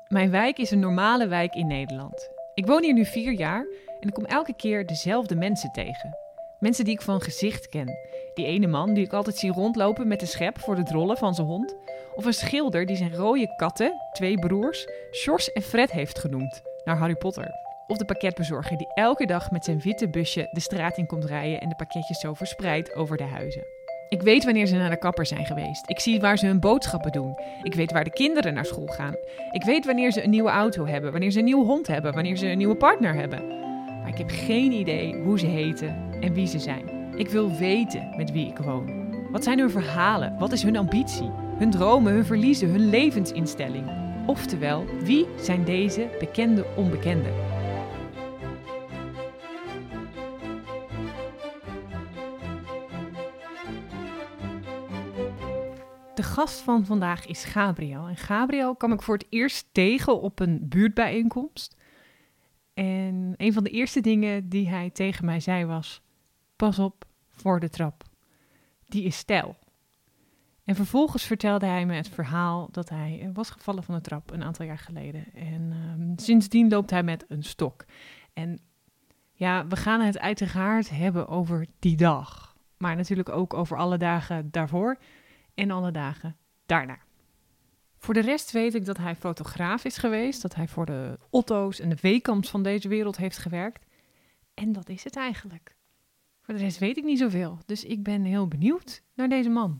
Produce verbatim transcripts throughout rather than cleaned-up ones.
Mijn wijk is een normale wijk in Nederland. Ik woon hier nu vier jaar en ik kom elke keer dezelfde mensen tegen. Mensen die ik van gezicht ken. Die ene man die ik altijd zie rondlopen met de schep voor de drollen van zijn hond. Of een schilder die zijn rode katten, twee broers, Sjors en Fred heeft genoemd, naar Harry Potter. Of de pakketbezorger die elke dag met zijn witte busje de straat in komt rijden en de pakketjes zo verspreidt over de huizen. Ik weet wanneer ze naar de kapper zijn geweest. Ik zie waar ze hun boodschappen doen. Ik weet waar de kinderen naar school gaan. Ik weet wanneer ze een nieuwe auto hebben, wanneer ze een nieuwe hond hebben, wanneer ze een nieuwe partner hebben. Maar ik heb geen idee hoe ze heten en wie ze zijn. Ik wil weten met wie ik woon. Wat zijn hun verhalen? Wat is hun ambitie? Hun dromen, hun verliezen, hun levensinstelling? Oftewel, wie zijn deze bekende onbekenden? De gast van vandaag is Gabriel. En Gabriel kwam ik voor het eerst tegen op een buurtbijeenkomst. En een van de eerste dingen die hij tegen mij zei was: pas op voor de trap. Die is steil. En vervolgens vertelde hij me het verhaal dat hij was gevallen van de trap een aantal jaar geleden. En um, sindsdien loopt hij met een stok. En ja, we gaan het uiteraard hebben over die dag. Maar natuurlijk ook over alle dagen daarvoor en alle dagen daarna. Voor de rest weet ik dat hij fotograaf is geweest. Dat hij voor de Otto's en de Weekamps van deze wereld heeft gewerkt. En dat is het eigenlijk. Voor de rest weet ik niet zoveel. Dus ik ben heel benieuwd naar deze man.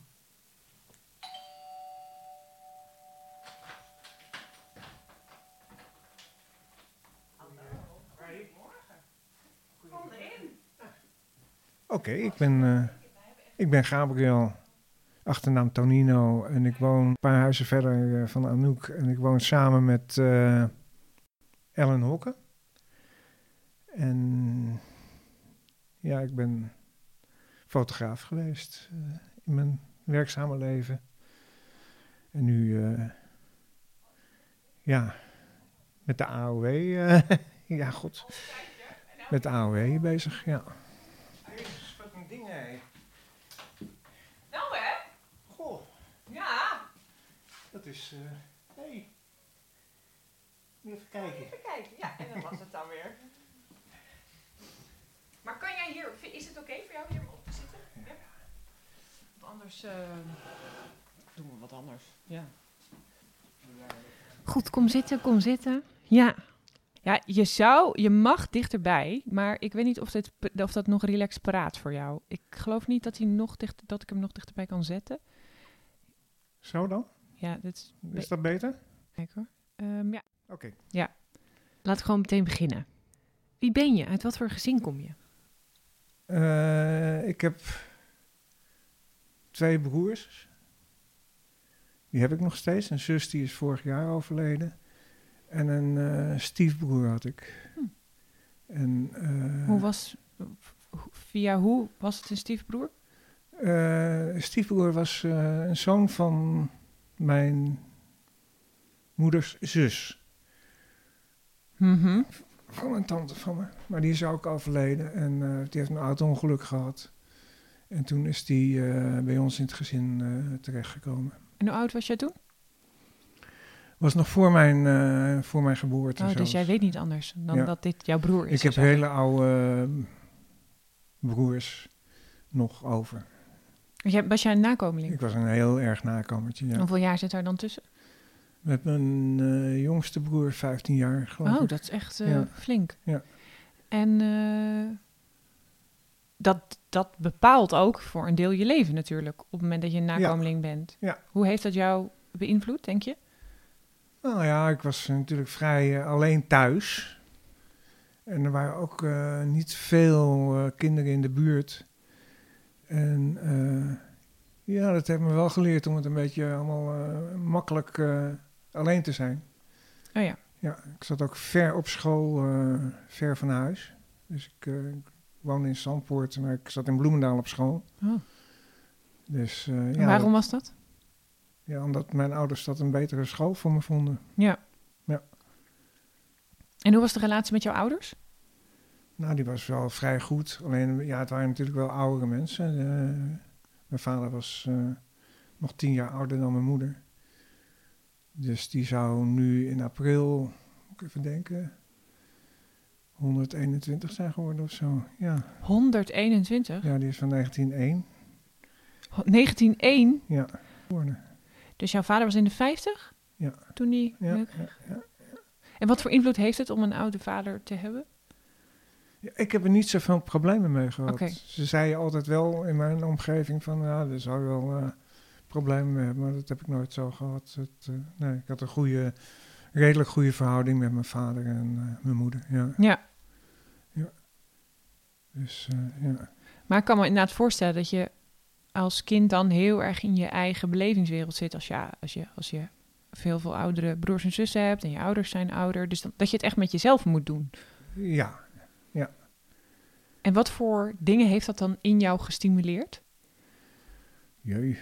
Kom erin. Oké, okay, ik ben, uh, ik ben Gabriel, achternaam Tonino. En ik woon een paar huizen verder uh, van Anouk. En ik woon samen met uh, Ellen Hokke. En ja, ik ben fotograaf geweest uh, in mijn werkzame leven. En nu, uh, ja, met de A O W, uh, ja god, met de A O W bezig, ja. Jezus, wat een ding, hé. Nou hè? Goh. Ja. Dat is, hé. Uh, hey. Even kijken. Even kijken, ja, en dan was het dan weer. Maar kan jij hier, is het oké okay voor jou hier op te zitten? Ja. Ja. Want anders uh, doen we wat anders. Ja. Goed, kom zitten, kom zitten. Ja. Ja, je zou, je mag dichterbij, maar ik weet niet of, dit, of dat nog relaxed paraat voor jou. Ik geloof niet dat, hij nog dicht, dat ik hem nog dichterbij kan zetten. Zo dan? Ja, dit is... Be- is dat beter? Kijk hoor. Um, ja. Oké. Okay. Ja. Laten we gewoon meteen beginnen. Wie ben je? Uit wat voor gezin kom je? Uh, ik heb twee broers. Die heb ik nog steeds. Een zus die is vorig jaar overleden. En een uh, stiefbroer had ik. Hm. En, uh, hoe was, via hoe was het een stiefbroer? Uh, een stiefbroer was uh, een zoon van mijn moeders zus. Mm-hmm. Van een tante van me. Maar die is ook overleden en uh, die heeft een auto-ongeluk gehad. En toen is die uh, bij ons in het gezin uh, terechtgekomen. En hoe oud was jij toen? Was nog voor mijn, uh, voor mijn geboorte. Oh, zelfs. Dus jij weet niet anders dan ja. dat dit jouw broer is? Ik heb zo. hele oude uh, broers nog over. Was jij een nakomeling? Ik was een heel erg nakomertje, ja. Hoeveel jaar zit daar dan tussen? Met mijn uh, jongste broer, vijftien jaar, geloof oh, ik. dat is echt uh, ja. flink. Ja. En uh, dat, dat bepaalt ook voor een deel je leven natuurlijk, op het moment dat je een nakomeling ja. bent. Ja. Hoe heeft dat jou beïnvloed, denk je? Nou ja, ik was natuurlijk vrij uh, alleen thuis. En er waren ook uh, niet veel uh, kinderen in de buurt. En uh, ja, dat heeft me wel geleerd om het een beetje allemaal uh, makkelijk uh, alleen te zijn. Oh ja. Ja, ik zat ook ver op school, uh, ver van huis. Dus ik, uh, ik woonde in Zandpoort, maar ik zat in Bloemendaal op school. Oh. Dus, uh, ja, en waarom dat, was dat? Ja, omdat mijn ouders dat een betere school voor me vonden. Ja. Ja. En hoe was de relatie met jouw ouders? Nou, die was wel vrij goed. Alleen, ja, het waren natuurlijk wel oudere mensen. Uh, mijn vader was uh, nog tien jaar ouder dan mijn moeder. Dus die zou nu in april, moet ik even denken, honderdeenentwintig zijn geworden of zo. Ja, honderdeenentwintig? ja die is van negentien één. negentien één? Ja, geworden. Dus jouw vader was in de vijftig? Ja. Toen die... Ja, ja, ja. En wat voor invloed heeft het om een oude vader te hebben? Ja, ik heb er niet zoveel problemen mee gehad. Oké. Ze zeiden altijd wel in mijn omgeving van, ja, daar zou je wel uh, problemen mee hebben. Maar dat heb ik nooit zo gehad. Het, uh, nee, ik had een goede, redelijk goede verhouding met mijn vader en uh, mijn moeder. Ja. Ja. Ja. Dus, uh, ja. Maar ik kan me inderdaad voorstellen dat je als kind dan heel erg in je eigen belevingswereld zit. Als je, als je, als je veel, veel oudere broers en zussen hebt en je ouders zijn ouder. Dus dan, dat je het echt met jezelf moet doen. Ja, ja. En wat voor dingen heeft dat dan in jou gestimuleerd? Jee.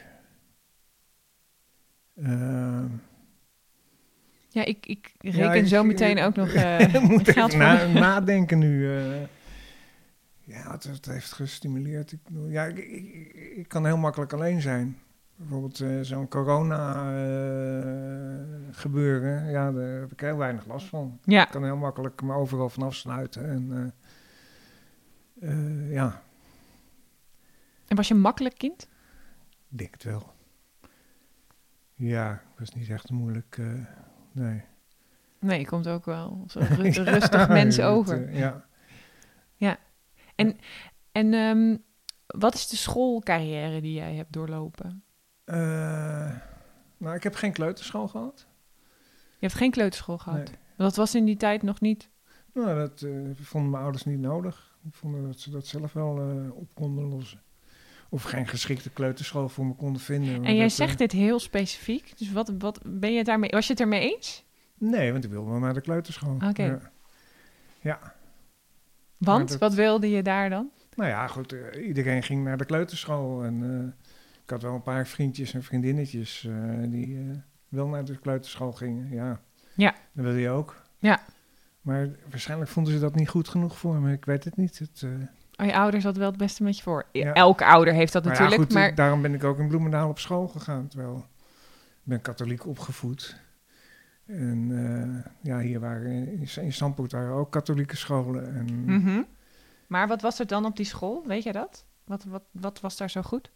Uh, ja, ik, ik reken ja, ik, zo meteen ik, ook nog uh, moet geld even na, voor. nadenken nu. Uh, ja, het, het heeft gestimuleerd. Ik, ja, ik, ik, ik kan heel makkelijk alleen zijn. Bijvoorbeeld uh, zo'n corona uh, gebeuren. Ja, daar heb ik heel weinig last van. Ja. Ik kan heel makkelijk me overal van afsluiten. En, uh, uh, ja. En was je een makkelijk kind? Ik denk het wel. Ja, ik was niet echt moeilijk. Uh, nee. Nee, je komt ook wel zo ru- rustig ja, mens over. Het, uh, ja. Ja. En, en um, wat is de schoolcarrière die jij hebt doorlopen? Uh, nou, ik heb geen kleuterschool gehad. Je hebt geen kleuterschool gehad? Nee. Dat was in die tijd nog niet? Nou, dat uh, vonden mijn ouders niet nodig. Ik vond dat ze dat zelf wel uh, op konden lossen. Of geen geschikte kleuterschool voor me konden vinden. En jij dat, zegt uh, dit heel specifiek. Dus wat, wat ben je het daarmee? Was je het ermee eens? Nee, want ik wilde wel naar de kleuterschool. Oké. Okay. Ja. ja. Want, dat, wat wilde je daar dan? Nou ja, goed. Uh, iedereen ging naar de kleuterschool. En uh, ik had wel een paar vriendjes en vriendinnetjes uh, die uh, wel naar de kleuterschool gingen. Ja. Ja. Dat wilde je ook. Ja. Maar waarschijnlijk vonden ze dat niet goed genoeg voor me. Ik weet het niet. Het, uh, oh, je ouders hadden wel het beste met je voor. Ja. Elke ouder heeft dat maar natuurlijk. Ja, goed, maar daarom ben ik ook in Bloemendaal op school gegaan. Terwijl ik ben katholiek opgevoed. En uh, ja, hier waren in, in Stamford waren ook katholieke scholen. En mm-hmm. Maar wat was er dan op die school? Weet jij dat? Wat, wat, wat was daar zo goed?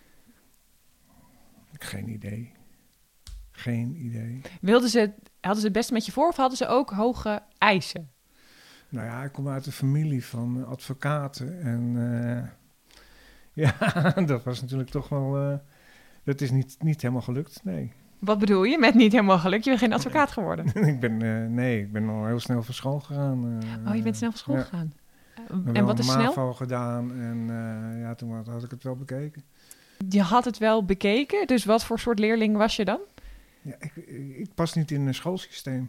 Geen idee. Geen idee. Wilden ze, hadden ze het best met je voor of hadden ze ook hoge eisen? Nou ja, ik kom uit een familie van advocaten. En uh, ja, dat was natuurlijk toch wel... Uh, dat is niet, niet helemaal gelukt, nee. Wat bedoel je met niet helemaal gelukt? Je bent geen advocaat geworden. ik ben, uh, nee, ik ben al heel snel van school gegaan. Uh, oh, je bent snel van school ja. gegaan. Uh, en wat is snel? Ik heb MAVO gedaan en uh, ja, toen had, had ik het wel bekeken. Je had het wel bekeken? Dus wat voor soort leerling was je dan? Ja, ik, ik pas niet in een schoolsysteem.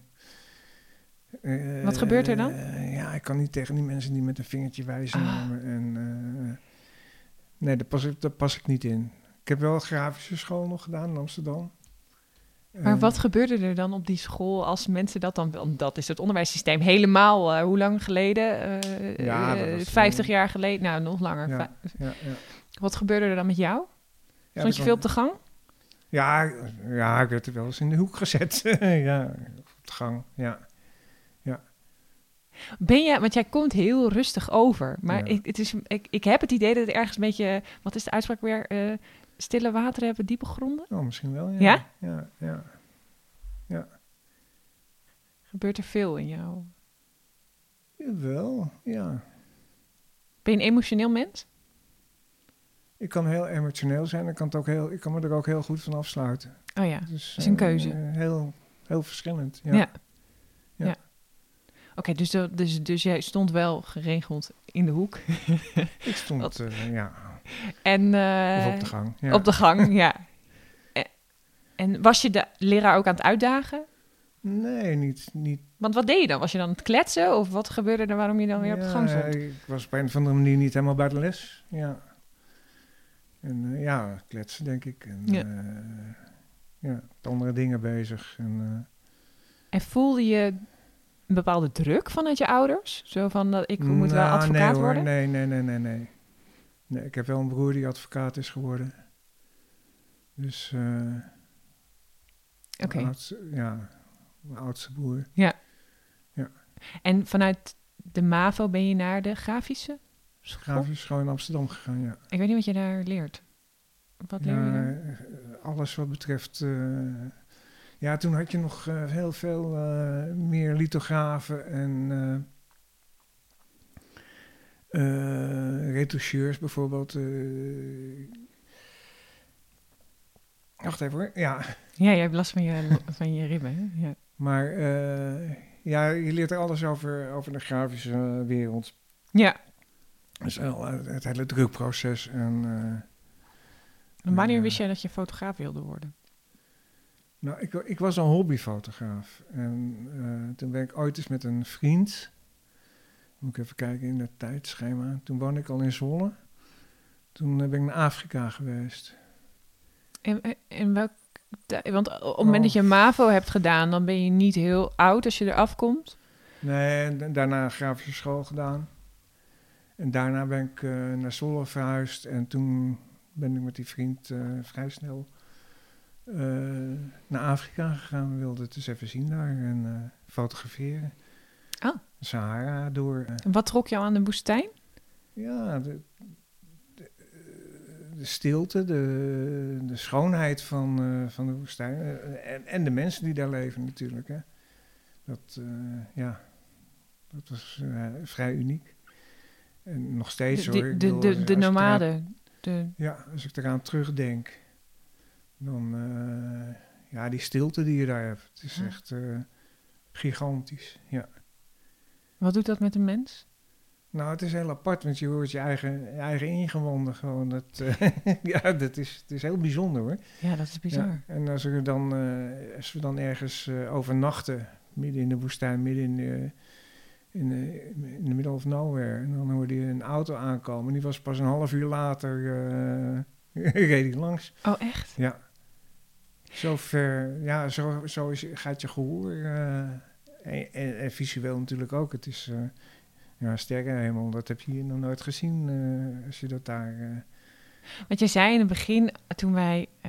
Uh, wat gebeurt er dan? Uh, ja, ik kan niet tegen die mensen die met een vingertje wijzen. Ah. En, uh, nee, daar pas, ik, daar pas ik niet in. Ik heb wel een grafische school nog gedaan in Amsterdam. Maar uh, wat gebeurde er dan op die school als mensen dat dan... Want dat is het onderwijssysteem helemaal... Uh, hoe lang geleden? Uh, ja, uh, vijftig jaar geleden? Nou, nog langer. Ja, ja, ja. Wat gebeurde er dan met jou? Ja, Stond je veel op de gang? Ja, ja, ik werd er wel eens in de hoek gezet. ja, op de gang, ja. ja. Ben je, want jij komt heel rustig over. Maar ja. ik, het is, ik, ik heb het idee dat het ergens een beetje... Wat is de uitspraak weer? Uh, stille wateren hebben diepe gronden? Oh, misschien wel, ja. Ja? Ja, ja. ja. Gebeurt er veel in jou? Jawel, ja. Ben je een emotioneel mens? Ik kan heel emotioneel zijn. Ik kan, het ook heel, ik kan me er ook heel goed van afsluiten. Oh ja, dus, dat is een keuze. Uh, heel, heel verschillend, ja. Ja. ja. ja. Oké, okay, dus, dus, dus jij stond wel geregeld in de hoek. Ik stond, uh, ja. En, uh, of op de gang. Ja. Op de gang, ja. En, en was je de leraar ook aan het uitdagen? Nee, niet, niet. Want wat deed je dan? Was je dan aan het kletsen? Of wat gebeurde er waarom je dan weer ja, op de gang stond? Ik was op een of andere manier niet helemaal bij de les. Ja. En uh, ja, kletsen denk ik. En ja. Uh, ja, met andere dingen bezig. En, uh, en voelde je een bepaalde druk vanuit je ouders? Zo van, dat ik moet nou, wel advocaat nee, worden? Nee, nee, nee, nee, nee. Nee, ik heb wel een broer die advocaat is geworden. Dus... Uh, Oké. Okay. Oudste, ja, mijn oudste broer. Ja. Ja. En vanuit de MAVO ben je naar de grafische school? Grafische school in Amsterdam gegaan, ja. Ik weet niet wat je daar leert. Wat leer je ja, daar? Alles wat betreft... Uh, ja, toen had je nog uh, heel veel uh, meer lithografen en... Uh, Uh, retoucheurs bijvoorbeeld. Uh... Wacht even hoor, ja. Ja, jij hebt last van je, van je ribben, hè? Ja. Maar uh, ja, je leert er alles over, over de grafische wereld. Ja. Dus uh, het hele drukproces. En, uh, en wanneer uh, wist jij dat je fotograaf wilde worden? Nou, ik, ik was een hobbyfotograaf. En uh, toen ben ik ooit eens met een vriend... Moet ik even kijken in het tijdschema. Toen woonde ik al in Zwolle. Toen ben ik naar Afrika geweest. En, en welk... Want op het moment oh. dat je MAVO hebt gedaan... dan ben je niet heel oud als je eraf komt? Nee, en daarna een grafische school gedaan. En daarna ben ik uh, naar Zwolle verhuisd. En toen ben ik met die vriend uh, vrij snel uh, naar Afrika gegaan. We wilden het eens even zien daar en uh, fotograferen. Oh. Sahara door. En wat trok jou aan de woestijn? Ja, de, de, de stilte, de, de schoonheid van, uh, van de woestijn. Uh, en, en de mensen die daar leven natuurlijk. Hè. Dat, uh, ja, dat was uh, vrij uniek. En nog steeds de, hoor. De, ik de, bedoel, de, de nomaden. Eraan, de... Ja, als ik eraan terugdenk. Dan, uh, ja, die stilte die je daar hebt. Het is ja. echt uh, gigantisch, ja. Wat doet dat met een mens? Nou, het is heel apart, want je hoort je eigen, je eigen ingewanden gewoon. Dat, uh, ja, dat is, het is heel bijzonder hoor. Ja, dat is bizar. Ja, en als, er dan, uh, als we dan ergens uh, overnachten, midden in de woestijn, midden in de, in de, in de middle of nowhere. En dan hoorde je een auto aankomen. Die was pas een half uur later, uh, reed die langs. Oh, echt? Ja. Zo ver, ja, zo, zo is, gaat je gehoor. Uh, en, en, en visueel natuurlijk ook. Het is... Uh, Ja, sterrenhemel, dat heb je hier nog nooit gezien uh, als je dat daar... Uh... Want je zei in het begin, toen wij... Uh,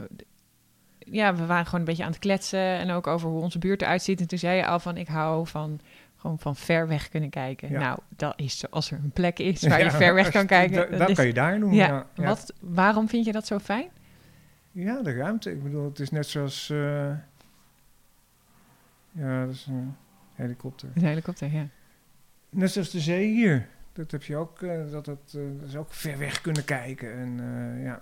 ja, we waren gewoon een beetje aan het kletsen en ook over hoe onze buurt eruit ziet. En toen zei je al van, ik hou van gewoon van ver weg kunnen kijken. Ja. Nou, dat is zo, als er een plek is waar ja, je ver weg kan kijken. Dat, dat is, kan je daar doen, ja. ja. ja. Wat, waarom vind je dat zo fijn? Ja, de ruimte. Ik bedoel, het is net zoals... Uh... Ja, dat is een helikopter. Een helikopter, ja. Net zoals de zee hier. Dat heb je ook, uh, dat, dat, uh, dat is ook ver weg kunnen kijken. En uh, ja,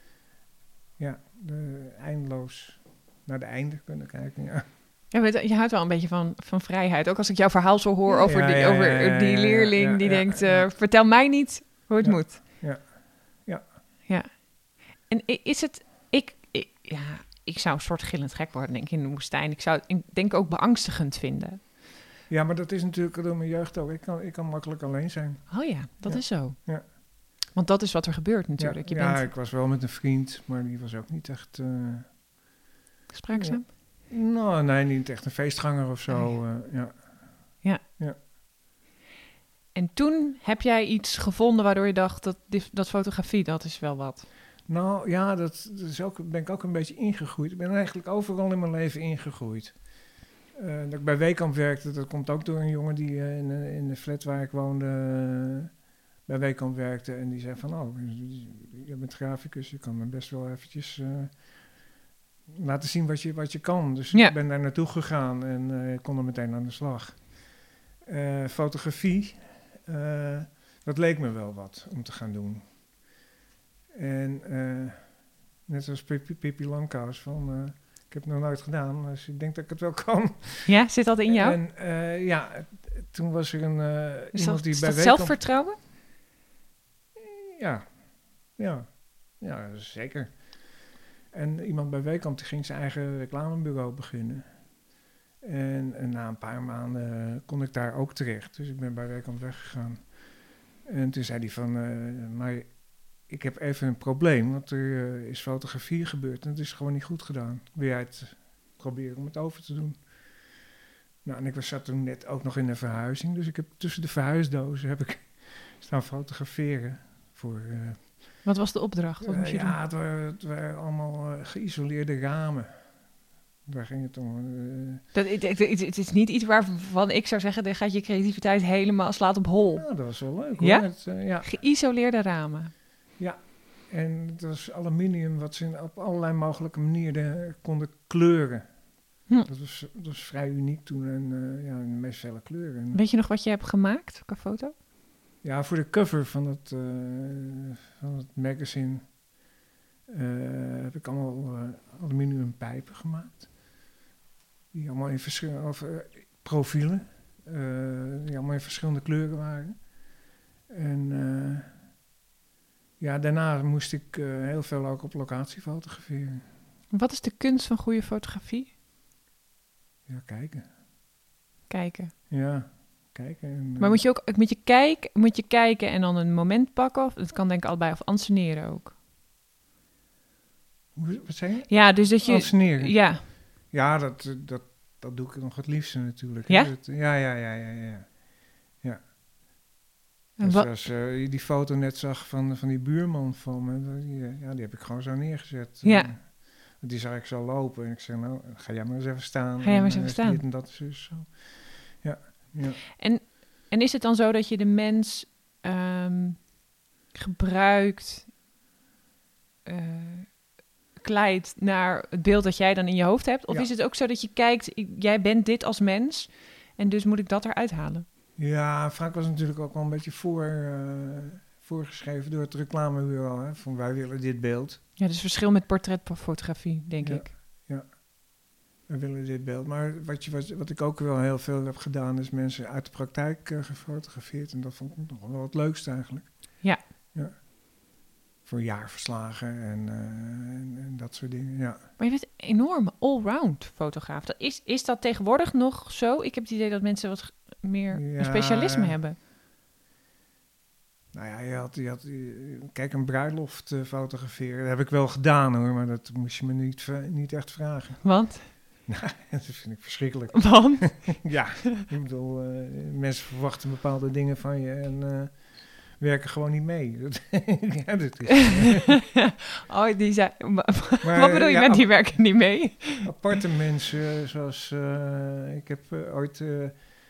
ja de, eindeloos naar de einde kunnen kijken, ja. Ja, je houdt wel een beetje van, van vrijheid. Ook als ik jouw verhaal zo hoor over, ja, die, ja, over ja, ja, die leerling ja, ja, die ja, denkt... Uh, ja. Vertel mij niet hoe het ja, moet. Ja, ja. Ja. En is het... Ik, ik, ja, ik zou een soort gillend gek worden, denk ik, in de woestijn. Ik zou het denk ook beangstigend vinden. Ja, maar dat is natuurlijk door mijn jeugd ook. Ik kan, ik kan makkelijk alleen zijn. Oh ja, dat ja. is zo. Ja. Want dat is wat er gebeurt natuurlijk. Ja, Je ja bent... ik was wel met een vriend, maar die was ook niet echt... Uh... Spraakzaam? Ja. Nou, nee, niet echt een feestganger of zo. Oh, ja. Uh, ja. Ja. ja. En toen heb jij iets gevonden waardoor je dacht, dat, dat fotografie, dat is wel wat. Nou ja, dat, dat is ook, ben ik ook een beetje ingegroeid. Ik ben eigenlijk overal in mijn leven ingegroeid. Uh, dat ik bij Weekamp werkte, dat komt ook door een jongen die uh, in, uh, in de flat waar ik woonde uh, bij Weekamp werkte. En die zei van, oh, je bent graficus, je kan me best wel eventjes uh, laten zien wat je, wat je kan. Dus ja. Ik ben daar naartoe gegaan en uh, ik kon er meteen aan de slag. Uh, fotografie, uh, dat leek me wel wat om te gaan doen. En uh, net zoals Pippi Langkous van... Uh, ik heb het nog nooit gedaan, dus ik denk dat ik het wel kan. Ja, zit dat in jou? En uh, ja, toen was er een uh, is iemand dat, die is bij dat Weekamp... zelfvertrouwen? Ja, ja, ja, zeker. En iemand bij Weekamp die ging zijn eigen reclamebureau beginnen. En, en na een paar maanden kon ik daar ook terecht. Dus ik ben bij Weekamp weggegaan. En toen zei hij van, uh, maar ik heb even een probleem, want er uh, is fotografie gebeurd en het is gewoon niet goed gedaan. Wil jij het proberen om het over te doen? Nou, en ik was, zat toen net ook nog in een verhuizing, dus ik heb tussen de verhuisdozen heb ik staan fotograferen. Voor, uh, Wat was de opdracht? Wat uh, moest je ja, doen? het waren, het waren allemaal uh, geïsoleerde ramen. Daar ging het om. Uh, dat, het, het, het, het is niet iets waarvan ik zou zeggen, dan gaat je creativiteit helemaal slaat op hol. Nou, dat was wel leuk hoor. Ja? Het, uh, ja. Geïsoleerde ramen. Ja, en het was aluminium wat ze op allerlei mogelijke manieren konden kleuren. Hm. Dat, was, dat was vrij uniek toen en uh, ja, de meest vele kleuren. Weet je nog wat je hebt gemaakt qua foto? Ja, voor de cover van het, uh, van het magazine uh, heb ik allemaal uh, aluminium pijpen gemaakt. Die allemaal in verschillende of, uh, profielen, uh, die allemaal in verschillende kleuren waren. En uh, ja, daarna moest ik uh, heel veel ook op locatie fotograferen. Wat is de kunst van goede fotografie? Ja, kijken. Kijken. Ja, kijken. En, uh, maar moet je ook moet je kijken, moet je kijken en dan een moment pakken? Of het kan denk ik allebei, of anseneren ook. Hoe, wat zei je? Ja, dus dat je... Anseneren? Ja. Ja, dat, dat, dat doe ik nog het liefste natuurlijk. Ja? Dat, ja, ja, ja, ja, ja. ja. En zoals uh, je die foto net zag van, van die buurman van me, die, ja, die heb ik gewoon zo neergezet. Ja. Uh, die zag ik zo lopen en ik zei, nou, ga jij maar eens even staan. Ga jij maar eens en, even uh, staan. Dit en dat is dus zo. Ja, ja. En, en is het dan zo dat je de mens um, gebruikt, uh, kleidt naar het beeld dat jij dan in je hoofd hebt? Of ja. is het ook zo dat je kijkt, jij bent dit als mens en dus moet ik dat eruit halen? Ja, Frank was natuurlijk ook wel een beetje voor, uh, voorgeschreven door het reclamebureau. Hè, van wij willen dit beeld. Ja, dus verschil met portretfotografie, denk ja, ik. Ja, we willen dit beeld. Maar wat, je, wat, wat ik ook wel heel veel heb gedaan, is mensen uit de praktijk uh, gefotografeerd. En dat vond ik nog wel het leukste eigenlijk. Ja. Ja. Voor jaarverslagen en, uh, en, en dat soort dingen, ja. Maar je bent een enorme allround fotograaf. Dat is, is dat tegenwoordig nog zo? Ik heb het idee dat mensen wat meer ja, een specialisme hebben. Nou ja, je had, je had kijk, een bruiloft uh, fotograferen. Dat heb ik wel gedaan hoor, maar dat moest je me niet, niet echt vragen. Want? Nou, dat vind ik verschrikkelijk. Want? Ja, ik bedoel, uh, mensen verwachten bepaalde dingen van je en uh, werken gewoon niet mee. Ja, dat is, oh, die zei, maar, wat bedoel je ja, met die werken niet mee? Aparte mensen, zoals uh, ik heb uh, ooit uh,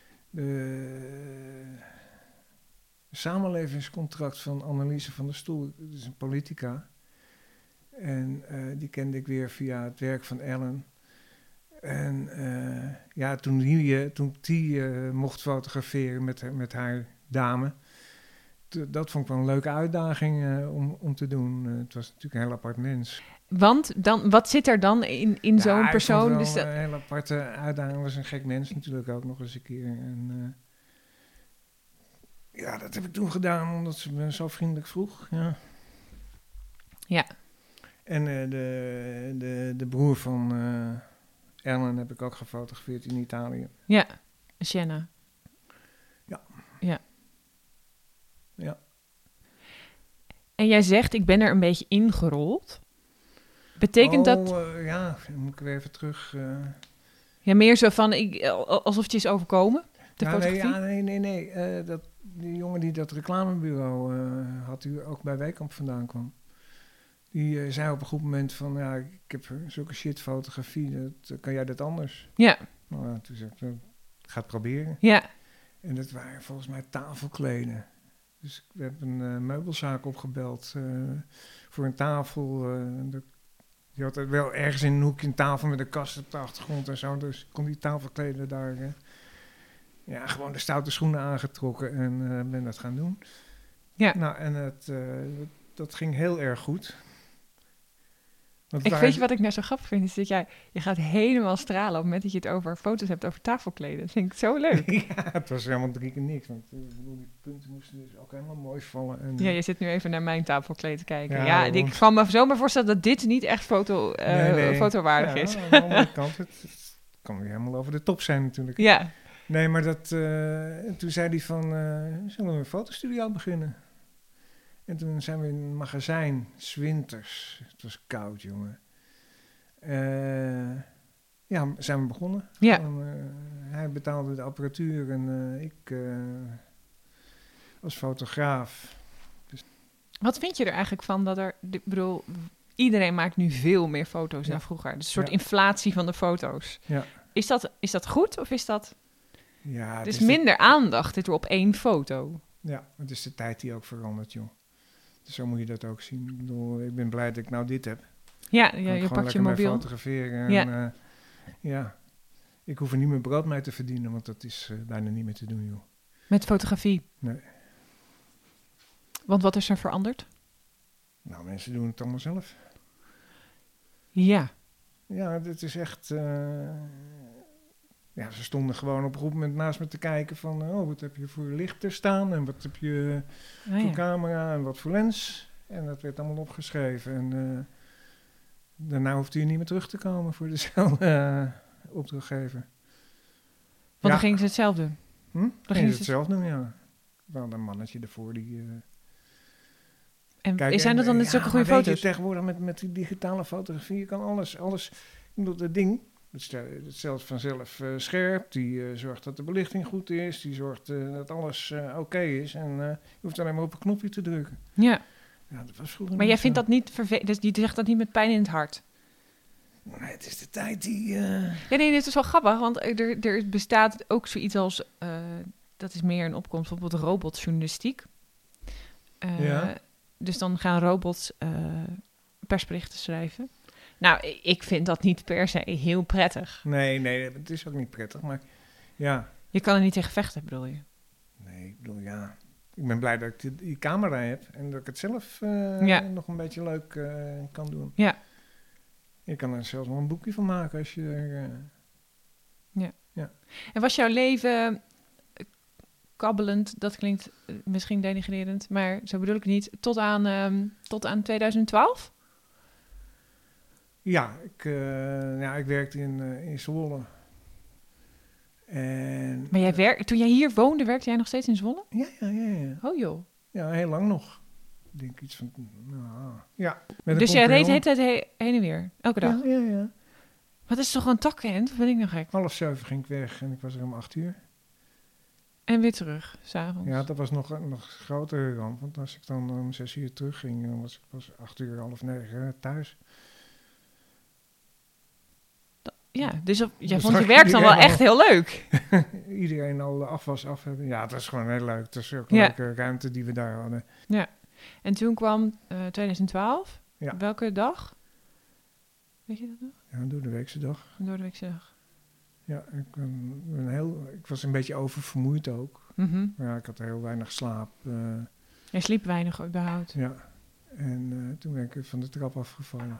de samenlevingscontract van Anneliese van der Stoel, dat is een politica. En uh, die kende ik weer via het werk van Ellen. En uh, ja, toen die, uh, toen die uh, mocht fotograferen met, met haar dame, t- dat vond ik wel een leuke uitdaging uh, om, om te doen. Uh, het was natuurlijk een heel apart mens. Want dan, wat zit er dan in, in ja, zo'n persoon? Wel dus dat... een hele aparte uitdaging. Was een gek mens natuurlijk ook nog eens een keer. En, uh, ja, dat heb ik toen gedaan omdat ze me zo vriendelijk vroeg. Ja. Ja. En uh, de, de, de broer van uh, Ellen heb ik ook gefotografeerd in Italië. Ja, Sienna. Ja. Ja. Ja. En jij zegt, ik ben er een beetje ingerold. Betekent oh, dat... Uh, ja, dan moet ik weer even terug... Uh... Ja, meer zo van, ik, alsof het je is overkomen, de ja, fotografie? Nee, ja, nee, nee, nee. Uh, dat, die jongen die dat reclamebureau uh, had, die ook bij Weekamp vandaan kwam. Die uh, zei op een goed moment van, ja, ik heb zulke shit fotografie, dat, kan jij dat anders? Ja. Nou, ja, toen zei ik, ik ga het proberen. Ja. En dat waren volgens mij tafelkleden. Dus ik heb een uh, meubelzaak opgebeld uh, voor een tafel. Uh, de, die had wel ergens in een hoekje een tafel met een kast op de achtergrond en zo. Dus ik kon die tafelkleden daar... Uh, ja, gewoon de stoute schoenen aangetrokken en uh, ben dat gaan doen. Ja. Nou, en het, uh, dat, dat ging heel erg goed. Want ik waar... weet je wat ik nou zo grappig vind, is dat jij je gaat helemaal stralen op het moment dat je het over foto's hebt over tafelkleden. Dat vind ik zo leuk. Ja, het was helemaal drie keer niks. Want uh, die punten moesten dus ook helemaal mooi vallen. En, ja, je zit nu even naar mijn tafelkleed te kijken. Ja, ja ja ik kan me zo maar voorstellen dat dit niet echt foto, uh, nee, nee. fotowaardig ja, is. Aan de andere kant, het, het kan weer helemaal over de top zijn natuurlijk. Ja. Nee, maar dat, uh, toen zei hij van, uh, zullen we een fotostudio beginnen? En toen zijn we in een magazijn, 's winters. Het was koud, jongen. Uh, ja, zijn we begonnen. Ja. Gewoon, uh, hij betaalde de apparatuur en uh, ik uh, als fotograaf. Dus wat vind je er eigenlijk van dat er, ik bedoel, iedereen maakt nu veel meer foto's Ja. dan vroeger. Dus een soort Ja. inflatie van de foto's. Ja. Is dat, is dat goed of is dat... Ja, het Dus is de- minder aandacht dit er op één foto. Ja, het is de tijd die ook verandert, joh. Dus zo moet je dat ook zien. Ik bedoel, ik ben blij dat ik nou dit heb. Ja, Kan ja ik je gewoon pakt je lekker mee mobiel. fotograferen. Ja. En, eh, ja, ik hoef er niet meer brood mee te verdienen, want dat is eh, bijna niet meer te doen, joh. Met fotografie. Nee. Want wat is er veranderd? Nou, mensen doen het allemaal zelf. Ja. Ja, dit is echt... eh, ja, ze stonden gewoon op een goed moment naast me te kijken van... oh, wat heb je voor lichten staan en wat heb je Oh, voor ja. camera en wat voor lens. En dat werd allemaal opgeschreven. En eh, daarna hoeft u niet meer terug te komen voor dezelfde uh, opdrachtgever. Want Ja. dan gingen ze het zelf doen. Hm? gingen Ging ze ze het zelf doen, ja. Wel een mannetje ervoor die... uh, En Kijk, zijn en, dat dan eh, net zulke ja, goede maar weet foto's? je, tegenwoordig met, met die digitale fotografie, je kan alles, alles, ik bedoel, dat ding, het stel- het stelt vanzelf uh, scherp, die uh, zorgt dat de belichting goed is, die zorgt uh, dat alles uh, oké okay is en uh, je hoeft alleen maar op een knopje te drukken. Ja. Ja, dat was vroeger Maar niet jij vindt zo. dat niet vervelend? Dus je zegt dat niet met pijn in het hart? Nee, het is de tijd die... Uh... Ja, nee, dit is wel grappig, want er, er bestaat ook zoiets als... Uh, dat is meer een opkomst, bijvoorbeeld robotjournalistiek. Uh, Ja. Dus dan gaan robots uh, persberichten schrijven. Nou, ik vind dat niet per se heel prettig. Nee, nee, het is ook niet prettig, maar ja. Je kan er niet tegen vechten, bedoel je? Nee, ik bedoel, ja. Ik ben blij dat ik die, die camera heb en dat ik het zelf uh, Ja. nog een beetje leuk uh, kan doen. Ja. Je kan er zelfs wel een boekje van maken als je er... Uh... Ja. ja. En was jouw leven kabbelend, dat klinkt uh, misschien denigrerend, maar zo bedoel ik het niet, tot aan, um, tot aan twintig twaalf? Ja, ik, uh, ja, ik werkte in, uh, in Zwolle. En, maar jij werk, toen jij hier woonde, werkte jij nog steeds in Zwolle? Ja, ja, ja. ja. Oh joh. Ja, heel lang nog. Ik denk iets van... Nou, ja, met dus jij reed de hele tijd he- heen en weer? Elke dag? Ja, ja, ja. Wat is toch een takkend? Of ben ik nog gek? Half zeven ging ik weg en ik was er om acht uur. En weer terug, s'avonds? Ja, dat was nog een nog grotere ramp. Want als ik dan om zes uur terugging, dan was ik pas acht uur, half negen thuis. Ja, dus op, jij Dus vond je zag werk dan wel iedereen echt heel leuk. Iedereen al de afwas af hebben. Ja, het was gewoon heel leuk. Het was ook een Ja. leuke ruimte die we daar hadden. Ja. En toen kwam uh, twintig twaalf. Ja. Welke dag? Weet je dat nog? Ja, door de weekse dag. Door de weekse dag. Ja, ik, ben, ben heel, ik was een beetje oververmoeid ook. Mm-hmm. Maar ja, ik had heel weinig slaap. Uh, Jij sliep weinig überhaupt. Ja. En uh, toen ben ik van de trap afgevallen.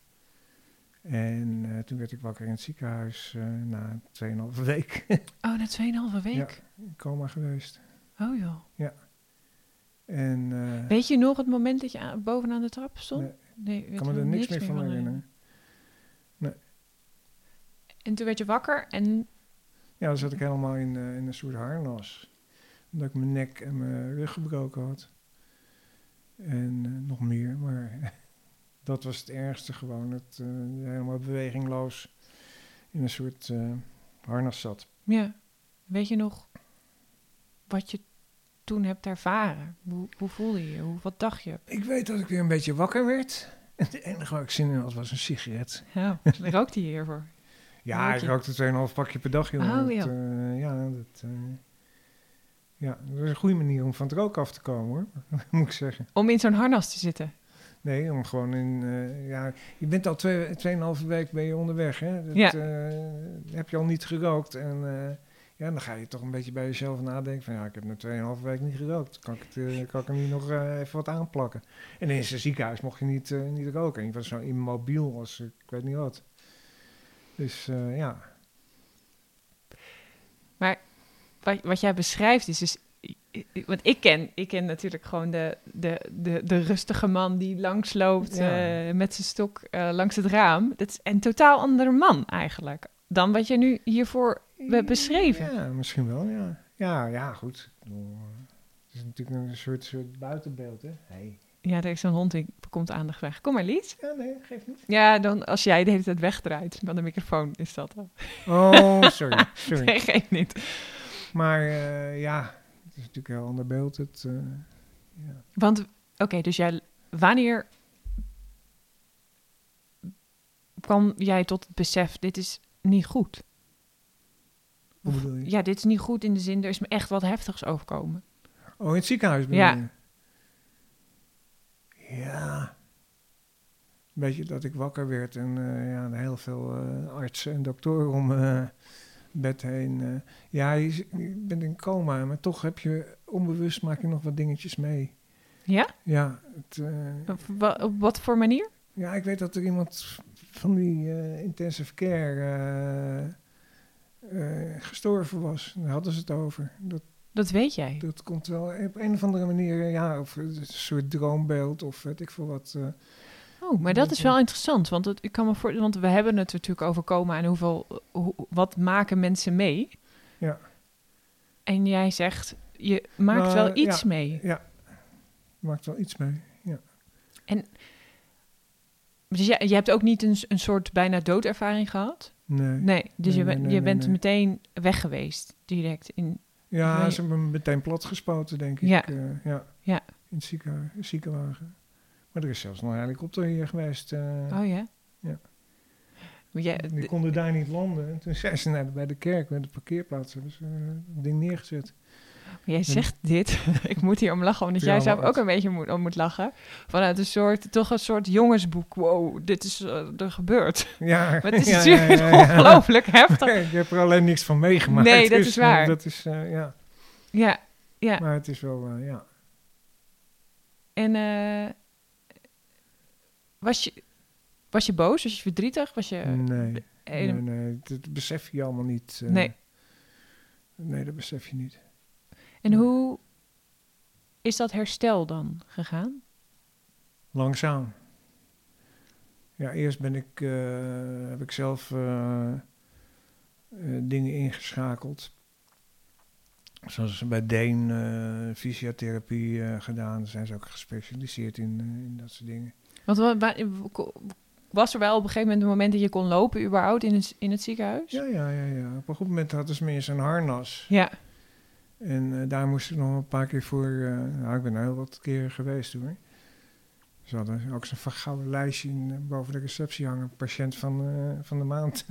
En uh, toen werd ik wakker in het ziekenhuis uh, na tweeënhalve week. Oh, na tweeënhalve week? Ja, in coma geweest. Oh joh. Ja. En, uh, weet je nog het moment dat je aan, bovenaan de trap stond? Nee, nee ik kan me er niks, niks meer van herinneren. Nee. En toen werd je wakker en... Ja, dan zat ik helemaal in, uh, in een soort harnas. Omdat ik mijn nek en mijn rug gebroken had. En uh, nog meer, maar... Dat was het ergste gewoon, het uh, helemaal bewegingloos in een soort uh, harnas zat. Ja, weet je nog wat je toen hebt ervaren? Hoe, hoe voelde je je? Hoe, wat dacht je? Ik weet dat ik weer een beetje wakker werd. En het enige waar ik zin in had was een sigaret. Ja, daar rookte je hiervoor. Ja, ik rookte twee komma vijf pakje per dag. Joh. Oh, dat, ja. Uh, ja, dat, uh, ja, dat is een goede manier om van het rook af te komen, hoor. Moet ik zeggen. Om in zo'n harnas te zitten? Nee, om gewoon in... Uh, ja, je bent al twee, tweeënhalve week ben je onderweg, hè? Dat, ja. uh, heb je al niet gerookt. En uh, ja, dan ga je toch een beetje bij jezelf nadenken van... Ja, ik heb nu tweeënhalve week niet gerookt. Kan ik, het, uh, kan ik er niet nog uh, even wat aanplakken? En in het ziekenhuis mocht je niet, uh, niet roken. Je was zo immobiel als ik weet niet wat. Dus uh, ja. Maar wat, wat jij beschrijft is dus... Want ik ken, ik ken natuurlijk gewoon de, de, de, de rustige man die langsloopt ja. uh, met zijn stok uh, langs het raam. Dat is een totaal andere man eigenlijk dan wat je nu hiervoor hebt beschreven. Ja, misschien wel, ja. Ja, ja, goed. Het is natuurlijk een soort, soort buitenbeeld, hè. Hey. Ja, er is een hond die komt aan de weg. Kom maar, Lies. Ja, nee, geeft niet. Ja, dan als jij de hele tijd wegdraait van de microfoon, is dat al. Oh, sorry. sorry. Nee, geeft niet. Maar uh, ja... Het is natuurlijk een heel ander beeld. Het, uh, ja. Want, oké, okay, dus jij, wanneer kwam jij tot het besef, dit is niet goed? Hoe bedoel je? Ja, dit is niet goed in de zin, er is me echt wat heftigs overkomen. Oh, in het ziekenhuis bedoel Ja. je? Ja. Een beetje dat ik wakker werd en uh, ja, heel veel uh, artsen en doktoren om uh, bed heen. Uh, ja, je, je bent in coma, maar toch heb je onbewust maak je nog wat dingetjes mee. Ja? Ja. Het, uh, op, wa- op wat voor manier? Ja, ik weet dat er iemand van die uh, intensive care uh, uh, gestorven was. Daar hadden ze het over. Dat, Dat weet jij? dat komt wel op een of andere manier, ja, of een soort droombeeld of weet ik veel wat. Uh, Oh, maar dat is wel interessant, want het, ik kan me voor, want we hebben het natuurlijk over coma en hoeveel, hoe, wat maken mensen mee? Ja. En jij zegt, je maakt nou, wel iets ja, mee. Ja, maakt wel iets mee, ja. En dus je, je hebt ook niet een, een soort bijna doodervaring gehad? Nee. Nee, dus nee, je, nee, ben, nee, je nee, bent nee. meteen weg geweest, direct. In, Ja, je... ze hebben me meteen platgespoten, denk ik. Ja. Uh, ja. ja. In het ziekenhuis, ziekenwagen. Maar er is zelfs nog een helikopter hier geweest. Uh, oh ja? Ja. Jij, die konden daar niet landen. En toen zijn ze naar de, bij de kerk, bij de parkeerplaats, hebben ze uh, het ding neergezet. Jij zegt en, dit, ik moet hier om lachen, omdat jij zelf ook een beetje moet, om moet lachen. Vanuit een soort, toch een soort jongensboek. Wow, dit is uh, er gebeurd. Ja, maar het is ja, natuurlijk ja, ja, ja. ongelooflijk heftig. Ik heb er alleen niks van meegemaakt. Nee, dat dus, is waar. Uh, dat is, uh, ja. Ja, ja. Maar het is wel, uh, ja. En uh, was je, was je boos? Was je verdrietig? Was je... Nee, de, nee, nee, dat besef je allemaal niet. Uh, nee. Nee, dat besef je niet. En hoe is dat herstel dan gegaan? Langzaam. Ja, eerst ben ik, uh, heb ik zelf uh, uh, dingen ingeschakeld. Zoals bij Deen uh, fysiotherapie uh, gedaan. Daar zijn ze ook gespecialiseerd in, uh, in dat soort dingen. Want wa- was er wel op een gegeven moment een moment dat je kon lopen überhaupt in het, in het ziekenhuis? Ja, ja, ja, ja. Op een goed moment hadden ze me in zo'n harnas. Ja. En uh, daar moest ik nog een paar keer voor... Uh, nou, ik ben er heel wat keren geweest hoor. Ze hadden ook zo'n gouden lijstje in, uh, boven de receptie hangen. Patiënt van, uh, van de maand.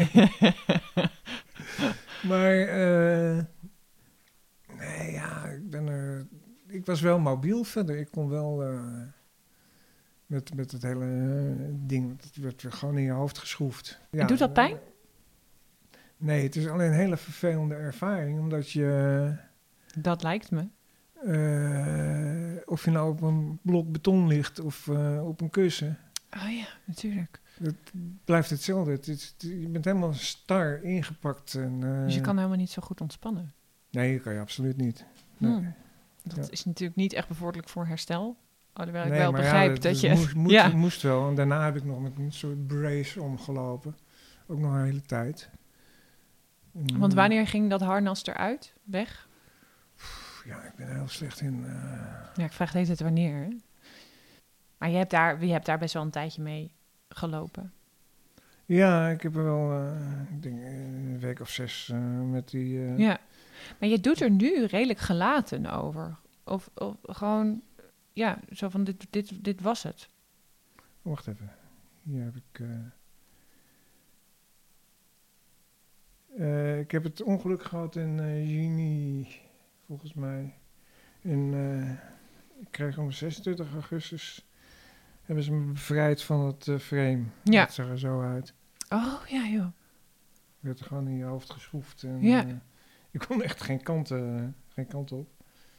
Maar... Uh, nee, ja, ik ben er... Ik was wel mobiel verder. Ik kon wel... Uh, met, met het hele uh, ding... Het werd weer gewoon in je hoofd geschroefd. Ja, doet dat pijn? Nee, het is alleen een hele vervelende ervaring. Omdat je... Dat lijkt me. Uh, of je nou op een blok beton ligt of uh, op een kussen. Oh ja, natuurlijk. Het blijft hetzelfde. Het is, het, je bent helemaal star ingepakt. En, uh, dus je kan helemaal niet zo goed ontspannen? Nee, dat kan je absoluut niet. Nee. Hmm. Dat ja. is natuurlijk niet echt bevorderlijk voor herstel. Alhoewel ik nee, wel begrijp ja, dat, dat je... Moest, moest, ja. moest wel. En daarna heb ik nog met een soort brace omgelopen. Ook nog een hele tijd. En, Want wanneer ging dat harnas eruit? Weg? Ja, ik ben heel slecht in... Uh... Ja, ik vraag deze het wanneer. Hè? Maar je hebt, daar, je hebt daar best wel een tijdje mee gelopen. Ja, ik heb er wel uh, ik denk, een week of zes uh, met die... Uh... Ja, maar je doet er nu redelijk gelaten over. Of, of gewoon, ja, zo van dit, dit, dit was het. Wacht even. Hier heb ik... Uh... Uh, ik heb het ongeluk gehad in uh, juni... Volgens mij. En uh, ik kreeg om zesentwintig augustus... hebben ze me bevrijd van het uh, frame. Ja. Dat zag er zo uit. Oh, ja joh. Ik werd er gewoon in je hoofd geschroefd. En, ja. Uh, ik kon echt geen kant, uh, geen kant op.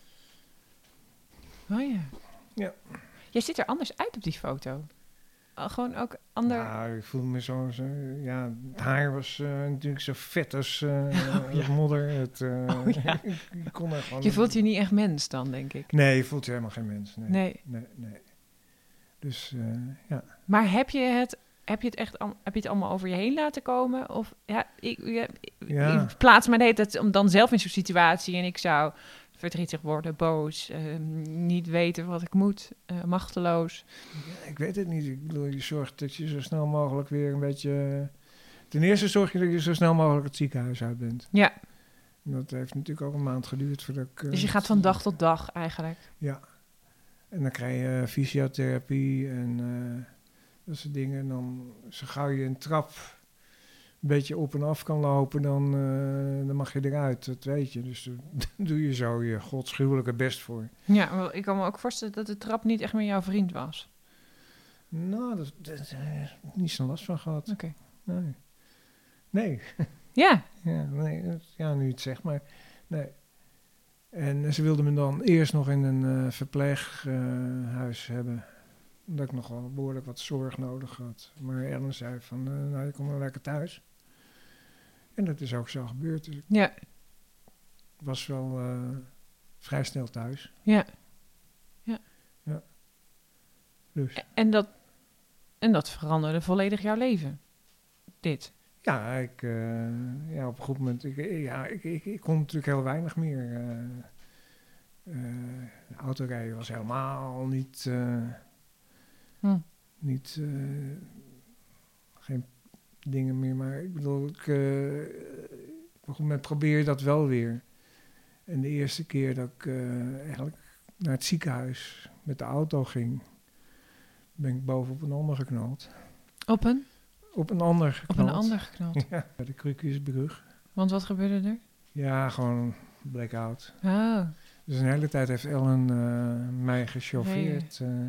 Oh ja. Ja. Jij ziet er anders uit op die foto. Gewoon ook ander... Ja, ik voelde me zo... zo ja, het haar was uh, natuurlijk zo vet als, uh, oh, ja. als modder. Het, uh, oh, ja. ik kon er gewoon je voelt je niet echt mens dan, denk ik. Nee, je voelt je helemaal geen mens. Nee. Nee. nee, nee. Dus, uh, ja. Maar heb je het... Heb je het echt heb je het allemaal over je heen laten komen? Of ja, ik, ja, ja. ik plaats me de hele tijd om dan zelf in zo'n situatie en ik zou verdrietig worden, boos, uh, niet weten wat ik moet, uh, machteloos. Ja, ik weet het niet. Ik bedoel, je zorgt dat je zo snel mogelijk weer een beetje... Ten eerste zorg je dat je zo snel mogelijk het ziekenhuis uit bent. Ja. En dat heeft natuurlijk ook een maand geduurd voordat ik... Uh, dus je gaat van dag tot dag eigenlijk? Ja. En dan krijg je uh, fysiotherapie en... Uh, Dat soort dingen. En dan, zo gauw je een trap een beetje op en af kan lopen, dan, uh, dan mag je eruit. Dat weet je. Dus daar doe je zo je godschuwelijke best voor. Ja, maar ik kan me ook voorstellen dat de trap niet echt meer jouw vriend was. Nou, dat is niet zo'n last van gehad. Oké. Okay. Nee. Nee. Ja. Ja, nee. Ja, nu je het zegt, maar nee. En ze wilden me dan eerst nog in een uh, verpleeghuis uh, hebben. Omdat ik nog wel behoorlijk wat zorg nodig had. Maar Ellen zei van, uh, nou, je komt maar lekker thuis. En dat is ook zo gebeurd. Dus ja. ik was wel uh, vrij snel thuis. Ja. Ja. Ja. Dus. En dat, en dat veranderde volledig jouw leven? Dit? Ja, ik, uh, ja, op een goed moment, ik, ja, ik, ik, ik kon natuurlijk heel weinig meer. Uh, uh, autorijden was helemaal niet, uh, hm. niet, uh, geen dingen meer. Maar ik bedoel, ik, uh, op een goed moment probeer je dat wel weer. En de eerste keer dat ik uh, eigenlijk naar het ziekenhuis met de auto ging, ben ik boven op een ander geknald. Op een? Op een ander geknald. Op een ander geknald? Ja, de Krukiusbrug. Want wat gebeurde er? Ja, gewoon blackout. Oh. Dus een hele tijd heeft Ellen uh, mij gechauffeerd. Uh,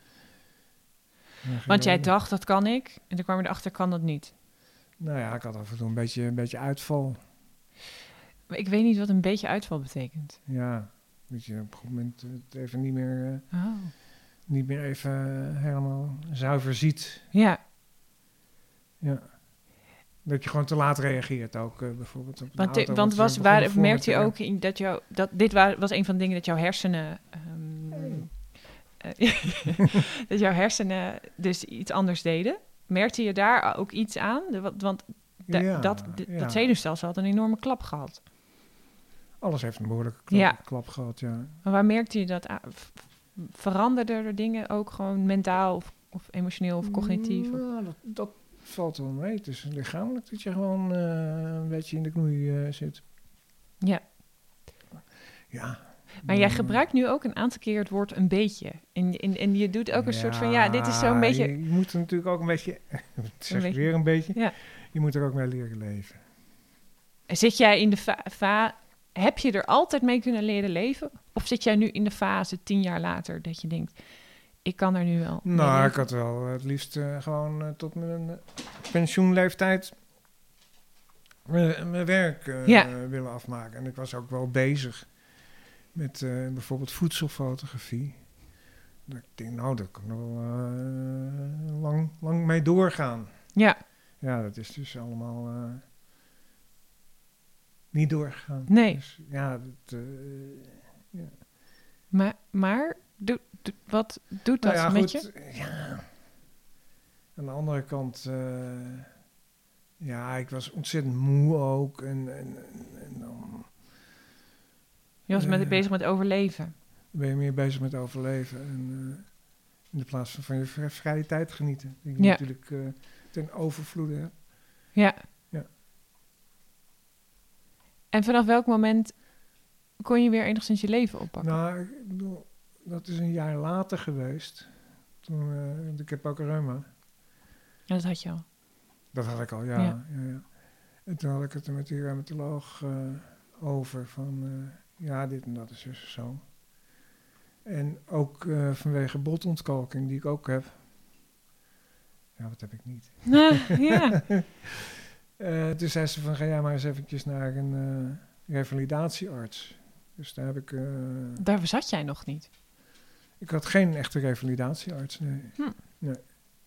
Want jij dacht, dat kan ik. En toen kwam je erachter, kan dat niet. Nou ja, ik had af en toe een beetje, een beetje uitval. Maar ik weet niet wat een beetje uitval betekent. Ja, dat je op een goed moment het even niet meer, uh, oh. niet meer even uh, helemaal zuiver ziet. Ja. Ja. Dat je gewoon te laat reageert ook, uh, bijvoorbeeld. Op want auto, want was, waar, merkte je ook in dat jouw... Dat, dit was een van de dingen dat jouw hersenen... Um, hey. uh, dat jouw hersenen dus iets anders deden. Merkte je daar ook iets aan? De, want de, ja, dat, de, ja. dat zenuwstelsel had een enorme klap gehad. Alles heeft een behoorlijke klap, ja. klap gehad, ja. Maar waar merkte je dat? Veranderden er dingen ook gewoon mentaal of, of emotioneel of cognitief? Nou, of? Dat, dat valt wel mee. Het is lichamelijk dat je gewoon uh, een beetje in de knoei uh, zit. Ja. Ja. Maar jij gebruikt nu ook een aantal keer het woord een beetje. En, en, en je doet ook een ja, soort van, ja, dit is zo'n beetje... Je, je moet er natuurlijk ook een beetje, zeg een weer een beetje, ja. je moet er ook mee leren leven. Zit jij in de fa-, fa- heb je er altijd mee kunnen leren leven? Of zit jij nu in de fase tien jaar later dat je denkt, ik kan er nu wel mee Nou, leven? ik had wel het liefst uh, gewoon uh, tot mijn uh, pensioenleeftijd mijn werk uh, ja. willen afmaken. En ik was ook wel bezig met uh, bijvoorbeeld voedselfotografie. Dat ik denk, nou, daar kan ik nog wel uh, lang, lang mee doorgaan. Ja. Ja, dat is dus allemaal uh, niet doorgegaan. Nee. Dus, ja, dat, uh, ja. Maar, maar do, do, wat doet dat nou ja, met goed, je? Ja. Aan de andere kant, uh, ja, ik was ontzettend moe ook. En, en, en dan... Je was met, uh, bezig met overleven. Dan ben je meer bezig met overleven. En uh, in de plaats van van je vrije, vrije tijd genieten. Die je ja. natuurlijk uh, ten overvloede hebt. Ja. ja. En vanaf welk moment kon je weer enigszins je leven oppakken? Nou, ik bedoel, dat is een jaar later geweest. Toen, uh, ik heb ook reuma. Ja, dat had je al. Dat had ik al, ja. ja. ja, ja. En toen had ik het er met die reumatoloog uh, over van... Uh, ja, dit en dat is dus zo. En ook uh, vanwege botontkalking, die ik ook heb. Ja, wat heb ik niet? ja. uh, toen zei ze van, ga jij maar eens eventjes naar een uh, revalidatiearts. Dus daar heb ik... Uh, daar zat jij nog niet? Ik had geen echte revalidatiearts, nee. Hm. nee.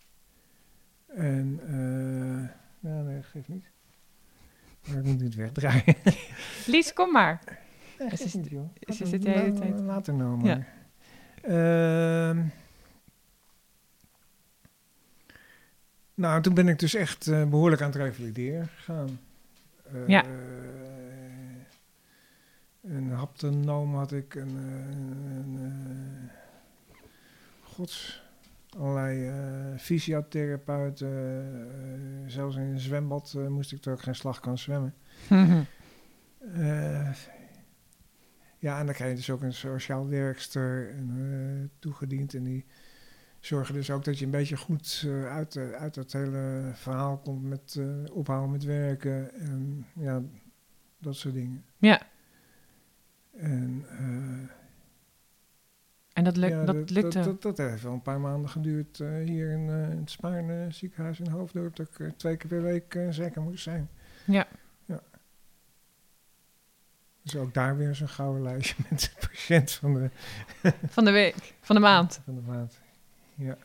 En, uh, ja, nee, geeft niet. Maar ik moet niet wegdraaien. Lies, kom maar. Nee, is niet, joh. Ze zit de hele tijd. Later nou maar. Ja. Uh, nou, toen ben ik dus echt uh, behoorlijk aan het revalideren gegaan. Uh, ja. Een haptonoom had ik, een, een, een gods, allerlei uh, fysiotherapeuten. Uh, zelfs in een zwembad uh, moest ik er ook geen slag kan zwemmen. uh, Ja, en dan krijg je dus ook een sociaal werkster en, uh, toegediend. En die, zorgen dus ook dat je een beetje goed uh, uit, uh, uit dat hele verhaal komt met uh, ophouden met werken en ja, dat soort dingen. Ja. En, uh, en dat, luk, ja, dat, dat lukte? Dat, dat, dat heeft wel een paar maanden geduurd uh, hier in, uh, in het Spaarne ziekenhuis in Hoofddorp, dat ik uh, twee keer per week uh, zeker moest zijn. Ja. ja. Dus ook daar weer zo'n gouden lijstje met de patiënt van de... van de week, van de maand. Van de maand, ja.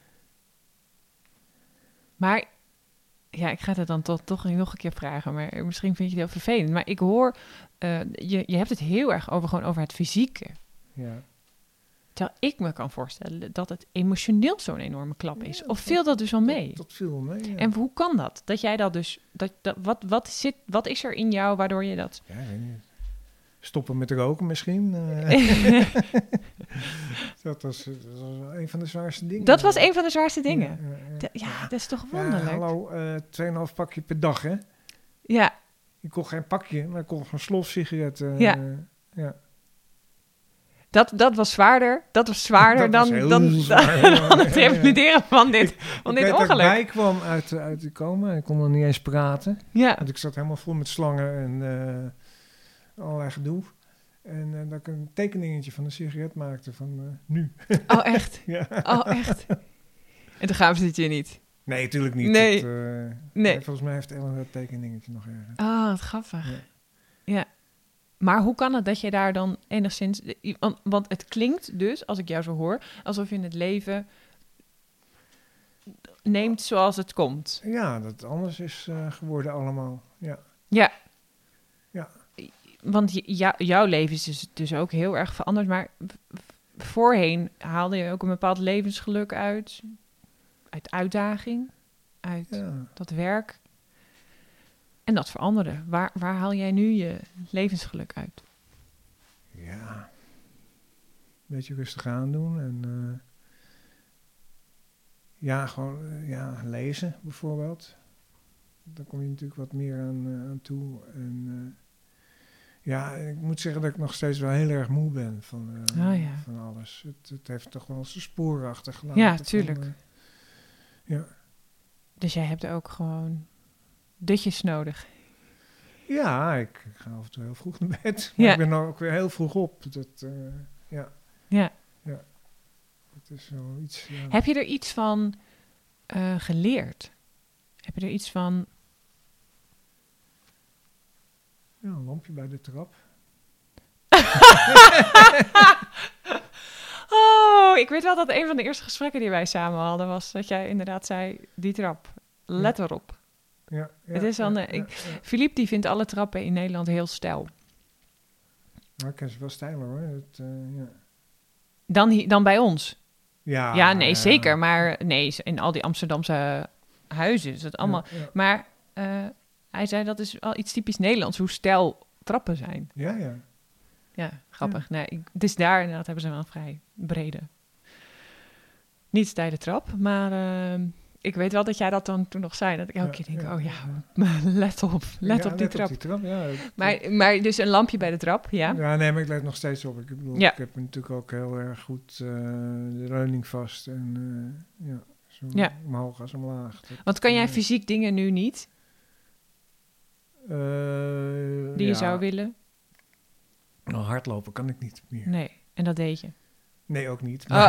Maar, ja, ik ga het dan toch, toch nog een keer vragen, maar misschien vind je het heel vervelend. Maar ik hoor, uh, je, je hebt het heel erg over, gewoon over het fysieke. Ja. Terwijl ik me kan voorstellen dat het emotioneel zo'n enorme klap is. Ja, of viel dat dus wel mee? Dat, dat viel wel mee, ja. En hoe kan dat? Dat jij dat dus, dat, dat, wat, wat, zit, wat is er in jou waardoor je dat... Ja, ik weet niet. Stoppen met roken misschien. Uh, dat, was, dat was een van de zwaarste dingen. Dat was een van de zwaarste dingen? Ja, ja, ja, de, ja dat is toch wonderlijk? Ja, hallo, uh, twee en een half pakje per dag, hè? Ja. Ik kocht geen pakje, maar ik kocht een slofsigaretten. Uh, ja. ja. Dat, dat was zwaarder, dat was zwaarder dat dan, was dan, zwaar, dan, dan het revalideren van dit, ik, van ik dit ongeluk. Ik bij kwam uit, uit de coma, ik kon nog niet eens praten. Ja. Want ik zat helemaal vol met slangen en uh, allerlei gedoe. En uh, dat ik een tekeningetje van een sigaret maakte van uh, nu. Oh, echt? Ja. Oh, echt? En toen gaven ze het je niet? Nee, natuurlijk niet. Nee. Het, uh, nee. Volgens mij heeft Ellen dat tekeningetje nog ergens. Oh, wat grappig. Ja. ja. Maar hoe kan het dat je daar dan enigszins... Want, want het klinkt dus, als ik jou zo hoor, alsof je het leven neemt zoals het komt. Ja, dat het anders is uh, geworden allemaal. Ja. Ja. Ja. Want j- jou, jouw leven is dus, dus ook heel erg veranderd. Maar voorheen haalde je ook een bepaald levensgeluk uit. Uit uitdaging. Uit ja. dat werk. En dat veranderde. Waar, waar haal jij nu je levensgeluk uit? Ja. Een beetje rustig aandoen. En uh, ja, gewoon uh, ja, lezen bijvoorbeeld. Dan kom je natuurlijk wat meer aan, uh, aan toe. En uh, ja, ik moet zeggen dat ik nog steeds wel heel erg moe ben van, uh, oh, ja. van alles. Het, het heeft toch wel zijn sporen achtergelaten. Ja, tuurlijk. Van, uh, ja. Dus jij hebt ook gewoon dutjes nodig. Ja, ik ga af en toe heel vroeg naar bed. Maar ja. ik ben ook weer heel vroeg op. Dat, uh, ja. Ja. Ja. Dat is zoiets. Ja. Heb je er iets van uh, geleerd? Heb je er iets van... Ja, een lampje bij de trap. Oh, ik weet wel dat een van de eerste gesprekken die wij samen hadden was dat jij inderdaad zei, die trap, let ja. erop. Ja, ja, het is dan, ja, uh, ik, ja, ja. Philippe die vindt alle trappen in Nederland heel steil. Maar ik ken ze wel steiler hoor. Het, uh, ja. dan, dan bij ons? Ja, ja nee, ja. zeker. Maar nee, in al die Amsterdamse huizen is het allemaal. Ja, ja. Maar uh, hij zei dat is wel iets typisch Nederlands, hoe steil trappen zijn. Ja, ja. Ja, grappig. Ja. Nee, ik, dus daar inderdaad hebben ze wel een vrij brede. Niet steile trap, maar uh, ik weet wel dat jij dat dan toen nog zei. Dat ik elke ja, keer denk, ja, oh ja, ja, let op, let ja, op die let trap. Op die trap ja, het, maar, maar dus een lampje bij de trap, ja? Ja, nee, maar ik let nog steeds op. Ik bedoel, ja. ik heb natuurlijk ook heel erg goed uh, de leuning vast. En uh, ja, zo ja. omhoog als omlaag. Dat, Want kan jij uh, fysiek dingen nu niet? Uh, die je ja. zou willen? Nou, hardlopen kan ik niet meer. Nee, en dat deed je? Nee, ook niet. Maar,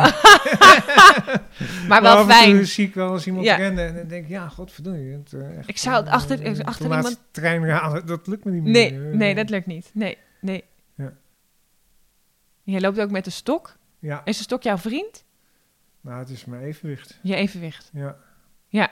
oh. maar wel maar fijn. Toen zie ik wel eens iemand ja. rennen en dan denk ik, ja, godverdomme. Het, uh, echt, ik zou achter, uh, achter de iemand... trein halen, dat lukt me niet meer. Nee, nee, dat lukt niet. Nee, nee. Ja. Je loopt ook met de stok? Ja. Is de stok jouw vriend? Nou, het is mijn evenwicht. Je evenwicht? Ja. Ja.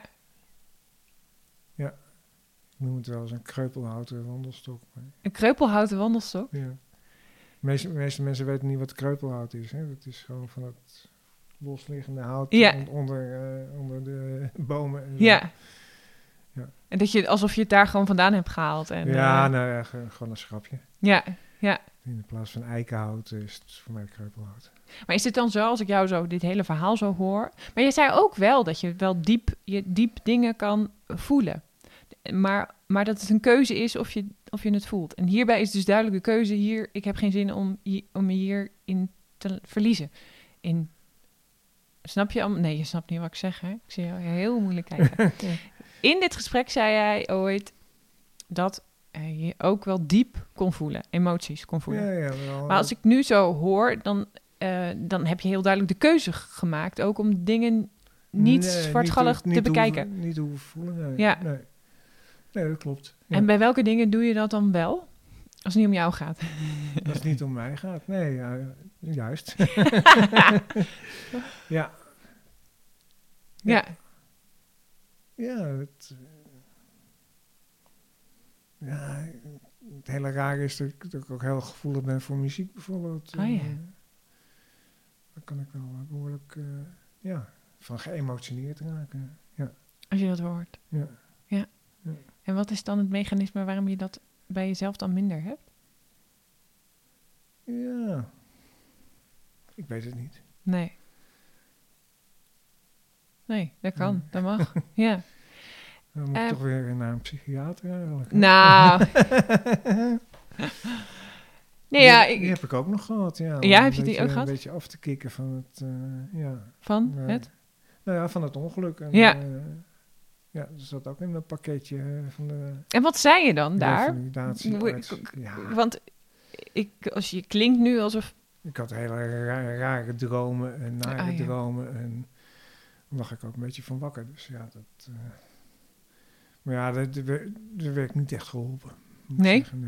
Ja. Ik noem het wel eens een kreupelhouten wandelstok. Maar... Een kreupelhouten wandelstok? Ja. De meeste, meeste mensen weten niet wat kreupelhout is. Hè? Dat is gewoon van het losliggende hout ja. onder, uh, onder de bomen. En ja. ja. En dat je alsof je het daar gewoon vandaan hebt gehaald. En, ja, uh, nou ja, gewoon een schrapje. Ja, ja. In plaats van eikenhout is het voor mij kreupelhout. Maar is het dan zo, als ik jou zo dit hele verhaal zo hoor... Maar je zei ook wel dat je wel diep, je diep dingen kan voelen. Maar, maar dat het een keuze is of je, of je het voelt. En hierbij is dus duidelijk de keuze hier... Ik heb geen zin om, om me hierin te verliezen. In snap je? Al... Nee, je snapt niet wat ik zeg, hè? Ik zie jou heel moeilijk kijken. In dit gesprek zei jij ooit dat uh, je ook wel diep kon voelen, emoties kon voelen. Ja, ja, wel. Maar als ik nu zo hoor, dan, uh, dan heb je heel duidelijk de keuze gemaakt, ook om dingen niet nee, zwartgallig niet, te niet bekijken. Hoeven, niet hoeven voelen, nee. Ja. Nee. nee, dat klopt. Ja. En bij welke dingen doe je dat dan wel? Als het niet om jou gaat. Als het niet om mij gaat. Nee, ja, juist. ja. Ja. Ja, het, ja, het hele rare is dat ik, dat ik ook heel gevoelig ben voor muziek bijvoorbeeld. Oh ja. Uh, daar kan ik wel behoorlijk uh, ja, van geëmotioneerd raken. Ja. Als je dat hoort. Ja. Ja. ja. En wat is dan het mechanisme waarom je dat bij jezelf dan minder hebt? Ja, ik weet het niet. Nee. Nee, dat kan. Nee. Dat mag. Ja. Dan moet ik uh, toch weer naar een psychiater eigenlijk. Nou. nee, ja. Die, ik, die heb ik ook nog gehad, ja. Ja, heb je beetje, die ook gehad? Een beetje af te kicken van het, uh, ja. Van uh, het? Nou ja, van het ongeluk. En, ja. Uh, ja, dat zat ook in een pakketje van de... En wat zei je dan daar? Ja. Want ik, als je klinkt nu alsof... Ik had hele rare, rare dromen en nare ah, ja. dromen. En daar lag ik ook een beetje van wakker. Dus ja, dat... Uh, maar ja, dat, dat, dat werd niet echt geholpen. Nee? nee?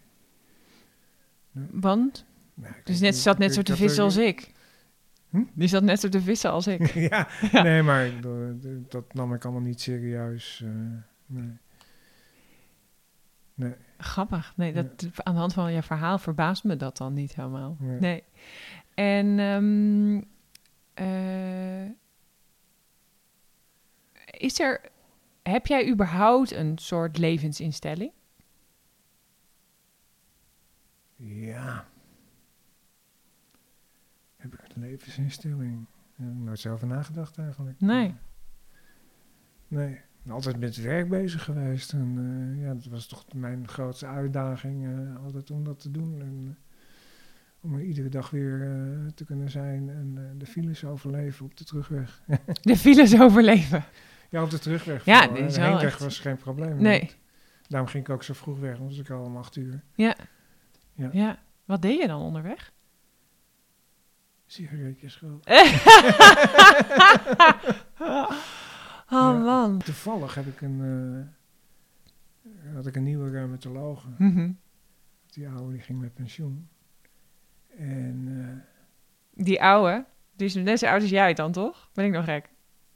nee? Want? Nee, dus net, zat net zo te vissen als ik. Hm? Die zat net zo te vissen als ik. ja, ja, nee, maar dat nam ik allemaal niet serieus. Uh, nee. nee. Grappig. Nee, dat, ja. Aan de hand van je verhaal verbaast me dat dan niet helemaal. Nee. nee. En um, uh, is er... Heb jij überhaupt een soort levensinstelling? Ja. Heb ik een levensinstelling? Daar heb ik nooit zelf over nagedacht eigenlijk. Nee. Nee. Altijd met werk bezig geweest. En uh, ja, dat was toch mijn grootste uitdaging. Uh, altijd om dat te doen. En uh, om er iedere dag weer uh, te kunnen zijn. En uh, de files overleven op de terugweg. De files overleven? Ja, op de terugweg. Ja, die is de wel heenweg echt... was geen probleem. Nee. Daarom ging ik ook zo vroeg weg. Want was ik al om acht uur. Ja. Ja. ja. Wat deed je dan onderweg? Sigaretjes gewoon. Oh man. Ja, toevallig heb ik een, uh, had ik een nieuwe reumatoloog. Mm-hmm. Die oude die ging met pensioen. En, uh, die oude? Die is net zo oud als jij dan, toch? Ben ik nog gek?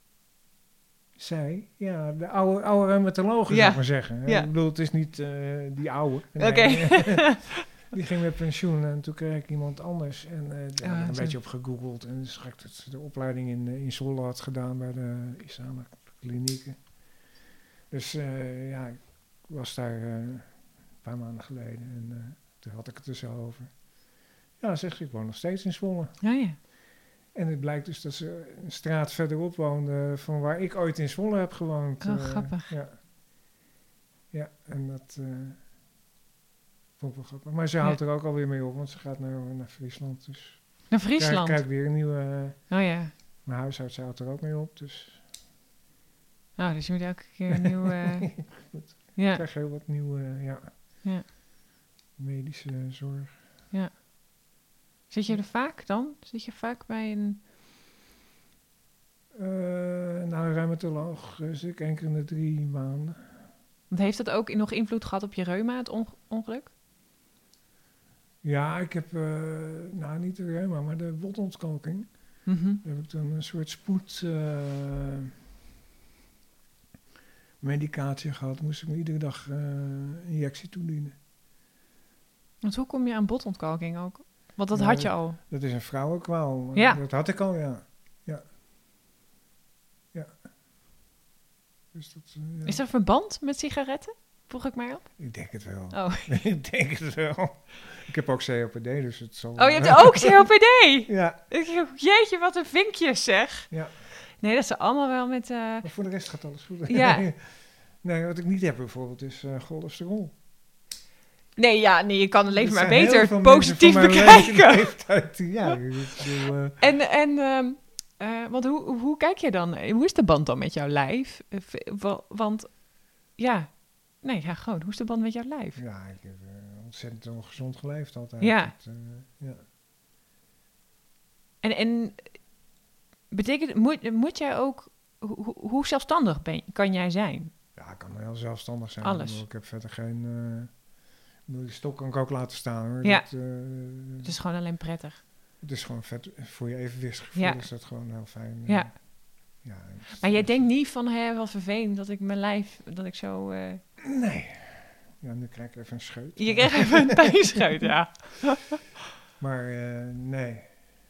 Zij? Ja, de oude, oude reumatoloog, ja. zou ik maar zeggen. Ja. Ik bedoel, het is niet uh, die oude. Oké. Okay. Die ging met pensioen en toen kreeg ik iemand anders. En uh, daar ah, heb ik een zo. beetje op gegoogeld. En dus ik dat ze de opleiding in, in Zwolle had gedaan bij de Isama klinieken. Dus uh, ja, ik was daar uh, een paar maanden geleden en uh, toen had ik het er zo over. Ja, zegt ze, ik woon nog steeds in Zwolle. Ja, ja. En het blijkt dus dat ze een straat verderop woonde van waar ik ooit in Zwolle heb gewoond. Oh, uh, grappig. Ja. Ja, en dat uh, vond ik wel grappig. Maar ze houdt ja. er ook alweer mee op, want ze gaat naar, naar Friesland. Dus naar Friesland? krijg ik weer een nieuwe... Uh, oh ja. Mijn huisarts houdt er ook mee op, dus... Oh, dus je moet elke keer een nieuwe... Uh, ja. Ik krijg heel wat nieuwe, uh, ja... ja. medische zorg. Ja. Zit je er vaak dan? Zit je vaak bij een... Uh, nou, een reumatoloog uh, zit ik één keer in de drie maanden. Want heeft dat ook nog invloed gehad op je reuma, het onge- ongeluk? Ja, ik heb, uh, nou niet de reuma, maar de botontkalking. Mm-hmm. Daar heb ik dan een soort spoed uh, medicatie gehad. Moest ik me iedere dag uh, injectie toedienen. Want hoe kom je aan botontkalking ook? Want dat nou, had je al. Dat is een vrouwenkwaal. Ja. Dat had ik al, ja. Ja. Ja. Dus dat, uh, ja. Is er verband met sigaretten? Vroeg ik mij op. Ik denk het wel. Oh. Ik denk het wel. Ik heb ook C O P D, dus het zal... Oh, je hebt ook C O P D? Ja. Jeetje, wat een vinkjes zeg. Ja. Nee, dat is allemaal wel met... Uh... Maar voor de rest gaat alles goed. Ja. Nee, wat ik niet heb bijvoorbeeld is uh, cholesterol. Nee, ja, nee, je kan het leven maar beter positief bekijken. Ja, ik bedoel, uh... En, en um, Uh, want hoe, hoe kijk je dan? Hoe is de band dan met jouw lijf? Uh, want ja, nee, ja, gewoon. Hoe is de band met jouw lijf? Ja, ik heb uh, ontzettend ongezond geleefd altijd. Ja. Het, uh, ja. En, en betekent, moet, moet jij ook, hoe, hoe zelfstandig ben, kan jij zijn? Ja, ik kan heel zelfstandig zijn. Alles. Ik, ik heb verder geen, uh, die stok kan ik ook laten staan hoor. Ja. Dat, uh, het is gewoon alleen prettig. Het is gewoon vet, voor je evenwichtsgevoel ja. is dat gewoon heel fijn. Uh, ja. ja maar jij denkt niet van, hé, wat vervelend dat ik mijn lijf, dat ik zo... Uh... Nee. Ja, nu krijg ik even een scheut. Je krijgt even een pijnscheut, ja. Maar uh, nee.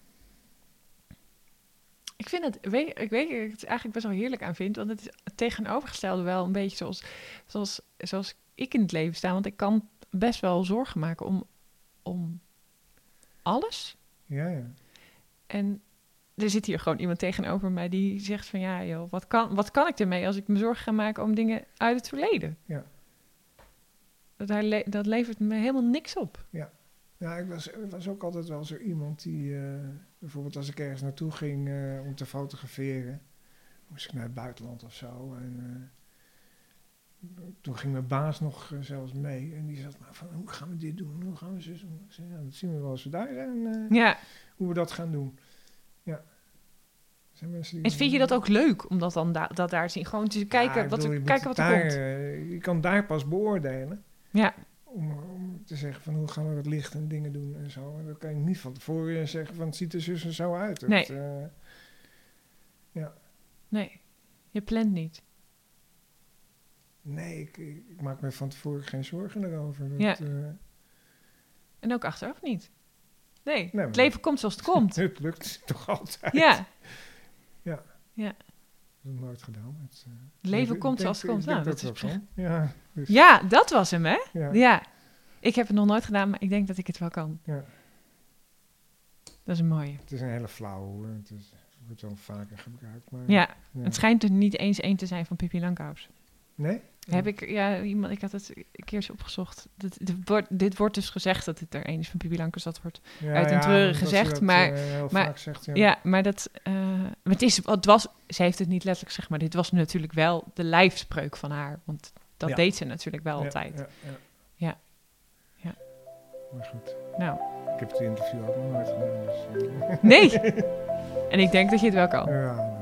Ik vind het, weet, ik weet ik het eigenlijk best wel heerlijk aan vind, want het is het tegenovergestelde wel een beetje zoals, zoals, zoals ik in het leven sta. Want ik kan best wel zorgen maken om, om alles. Ja, ja. En er zit hier gewoon iemand tegenover mij die zegt van ja joh, wat kan, wat kan ik ermee als ik me zorgen ga maken om dingen uit het verleden? Ja. Dat, le- dat levert me helemaal niks op. Ja, ja ik was, was ook altijd wel zo iemand die, uh, bijvoorbeeld als ik ergens naartoe ging uh, om te fotograferen, moest ik naar het buitenland of zo. En uh, toen ging mijn baas nog uh, zelfs mee en die zat maar van, hoe gaan we dit doen? Hoe gaan we zo doen? Ik zei, ja, dat zien we wel als we daar zijn, uh, ja. hoe we dat gaan doen. Ja. Zijn mensen die en vind je dat ook leuk om dat dan da- dat daar te zien? Gewoon te kijken, ja, wat, bedoel, er, kijken wat er daar, komt. Uh, je kan daar pas beoordelen. Ja. Om, om te zeggen van hoe gaan we het licht en dingen doen en zo. En dan kan je niet van tevoren zeggen van het ziet er zus en zo uit. Het, nee. Uh, ja. Nee, je plant niet. Nee, ik, ik, ik maak me van tevoren geen zorgen erover. Dat, ja. Uh, en ook achteraf niet. Nee, nee het leven dat, komt zoals het komt. Het lukt toch altijd. Ja. Ja. Ja. Dat heb ik nooit gedaan. Het, uh, het leven ik, komt ik zoals denk, het komt. Nou, dat dat is is wel ja, dus. ja, dat was hem, hè? Ja. ja. Ik heb het nog nooit gedaan, maar ik denk dat ik het wel kan. Ja. Dat is een mooie. Het is een hele flauw. Het is, wordt wel vaker gebruikt. Maar, ja, ja, het schijnt er niet eens één te zijn van Pippi Langkous. Nee? Ja. Heb ik, ja, iemand, ik had het een keertje opgezocht. Dit, dit, wordt, dit wordt dus gezegd dat dit er één is van Pippi Langkous. Dat wordt ja, uit een ja, treuren dat gezegd. Dat, maar, uh, heel maar, vaak zegt, ja. ja, maar dat... Uh, het, is, het was... Ze heeft het niet letterlijk gezegd, maar dit was natuurlijk wel de lijfspreuk van haar. Want dat ja. deed ze natuurlijk wel ja, altijd. Ja, ja. Ja. ja. Maar goed. Nou. Ik heb het interview ook nog nooit gedaan. Dus, uh. Nee! En ik denk dat je het wel kan. Ja,